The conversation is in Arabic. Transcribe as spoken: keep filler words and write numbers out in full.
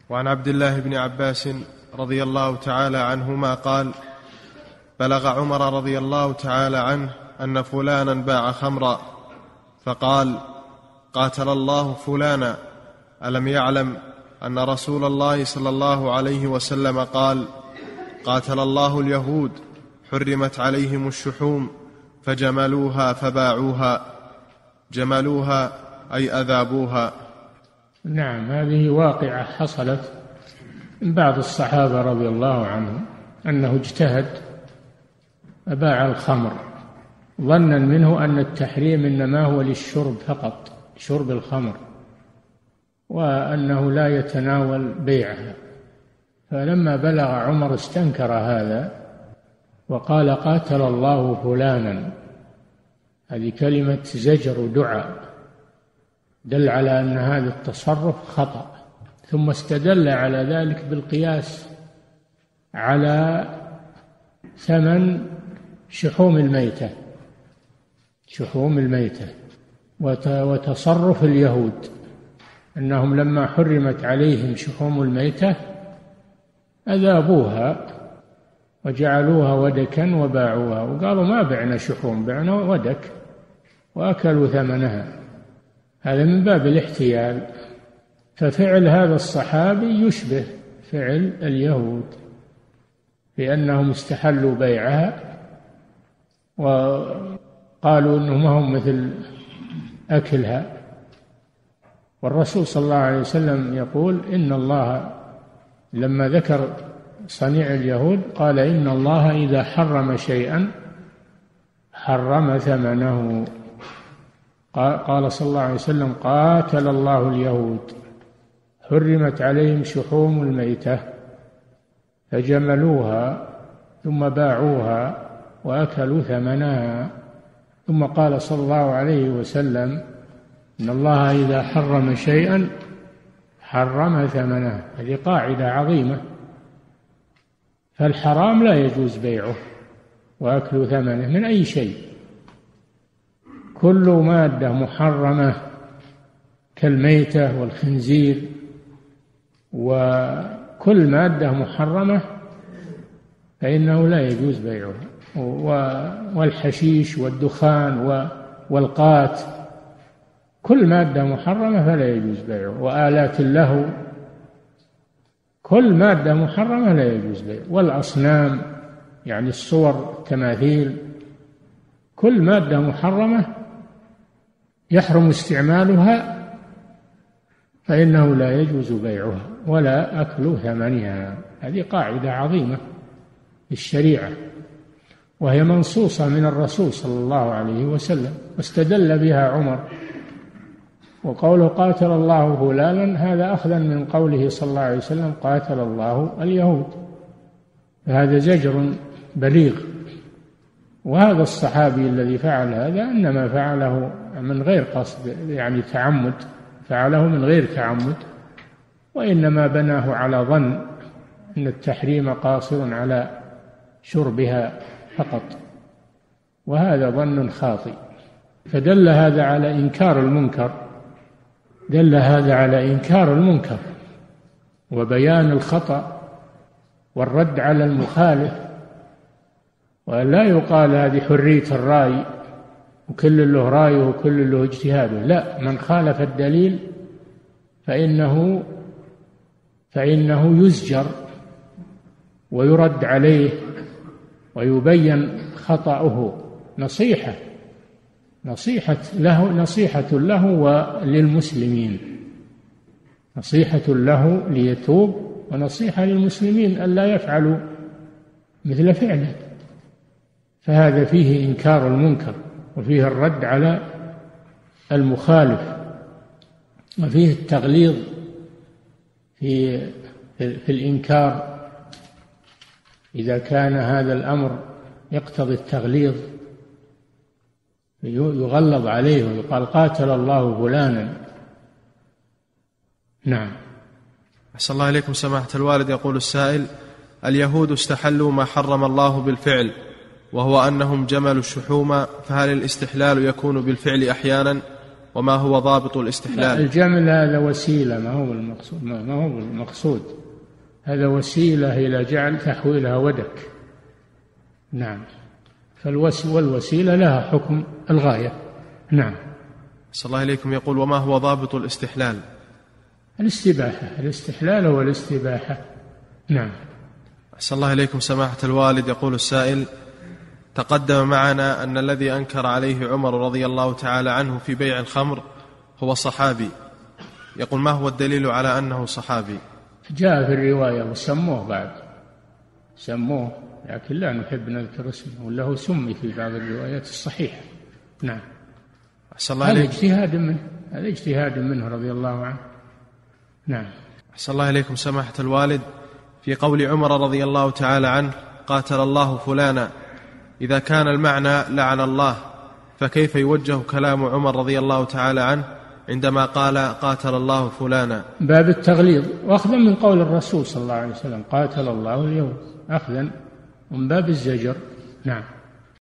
وعن عبد الله بن عباس رضي الله تعالى عنهما قال: بلغ عمر رضي الله تعالى عنه أن فلانا باع خمرا، فقال: قاتل الله فلانا، ألم يعلم أن رسول الله صلى الله عليه وسلم قال: قاتل الله اليهود، حرمت عليهم الشحوم فجملوها فباعوها. جملوها أي أذابوها. نعم، هذه واقعة حصلت من بعض الصحابة رضي الله عنهم، أنه اجتهد فباع الخمر ظنا منه أن التحريم إنما هو للشرب فقط، شرب الخمر، وأنه لا يتناول بيعها. فلما بلغ عمر استنكر هذا وقال: قاتل الله فلانا. هذه كلمة زجر ودعاء، دل على أن هذا التصرف خطأ. ثم استدل على ذلك بالقياس على ثمن شحوم الميتة شحوم الميتة وتصرف اليهود، أنهم لما حرمت عليهم شحوم الميتة أذابوها وجعلوها ودكا وباعوها، وقالوا: ما بعنا شحوم، بعنا ودك، وأكلوا ثمنها. هذا من باب الاحتيال. ففعل هذا الصحابي يشبه فعل اليهود، لأنهم استحلوا بيعها وقالوا إنهم ما هم مثل أكلها. والرسول صلى الله عليه وسلم يقول إن الله لما ذكر صنيع اليهود قال: إن الله إذا حرم شيئا حرم ثمنه. قال صلى الله عليه وسلم: قاتل الله اليهود، حرمت عليهم شحوم الميتة فجملوها ثم باعوها وأكلوا ثمنها. ثم قال صلى الله عليه وسلم: إن الله إذا حرم شيئا حرم ثمنه. هذه قاعدة عظيمة. فالحرام لا يجوز بيعه وأكل ثمنه من أي شيء. كل مادة محرمة كالميتة والخنزير وكل مادة محرمة فإنه لا يجوز بيعه، والحشيش والدخان والقات، كل مادة محرمة فلا يجوز بيعه، وآلات اللهو، كل مادة محرمة لا يجوز بيعه، والأصنام يعني الصور، التماثيل، كل مادة محرمة يحرم استعمالها فإنه لا يجوز بيعها ولا أكل ثمنها. هذه قاعدة عظيمة في الشريعة، وهي منصوصة من الرسول صلى الله عليه وسلم، واستدل بها عمر. وقوله قاتل الله فلانا هذا أخذا من قوله صلى الله عليه وسلم: قاتل الله اليهود. فهذا زجر بليغ. وهذا الصحابي الذي فعل هذا إنما فعله من غير قصد، يعني تعمد، فعله من غير تعمد، وإنما بناه على ظن أن التحريم قاصر على شربها فقط، وهذا ظن خاطئ. فدل هذا على إنكار المنكر دل هذا على إنكار المنكر وبيان الخطأ والرد على المخالف، ولا يقال هذه حرية الرأي وكل له رأيه وكل له اجتهاده. لا، من خالف الدليل فإنه فإنه يزجر ويرد عليه ويبين خطأه، نصيحة نصيحة له نصيحة له وللمسلمين، نصيحة له ليتوب، ونصيحة للمسلمين ألا يفعلوا مثل فعله. فهذا فيه إنكار المنكر، وفيه الرد على المخالف، وفيه التغليظ في في الإنكار إذا كان هذا الأمر يقتضي التغليظ، يغلظ عليه ويقال قاتل الله فلانا. نعم. أحسن الله إليكم سماحة الوالد. يقول السائل: اليهود استحلوا ما حرم الله بالفعل، وهو أنهم جملوا الشحوم، فهل الاستحلال يكون بالفعل أحيانا وما هو ضابط الاستحلال؟ الجمل هذا وسيلة، ما هو المقصود، ما هو المقصود، هذا وسيلة إلى جعل تحويلها ودك. نعم، فالوسيلة لها حكم الغاية. نعم. صلى الله عليكم. يقول وما هو ضابط الاستحلال؟ الاستباحة، الاستحلال هو الاستباحة. نعم. أحسن الله إليكم سماحة الوالد. يقول السائل: تقدم معنا أن الذي أنكر عليه عمر رضي الله تعالى عنه في بيع الخمر هو صحابي، يقول ما هو الدليل على أنه صحابي؟ جاء في الرواية وسموه بعد، سموه، لكن لا نحب نذكر اسمه، وله سمي في بعض الروايات الصحيحة. نعم. أحسن الله هذا إليكم. اجتهاد منه، هذا اجتهاد منه رضي الله عنه. نعم. أحسن الله إليكم سماحة الوالد. في قول عمر رضي الله تعالى عنه قاتل الله فلانا، إذا كان المعنى لعن الله، فكيف يوجه كلام عمر رضي الله تعالى عنه عندما قال قاتل الله فلانا؟ باب التغليظ، وأخذا من قول الرسول صلى الله عليه وسلم قاتل الله اليوم، أخذا من باب الزجر. نعم.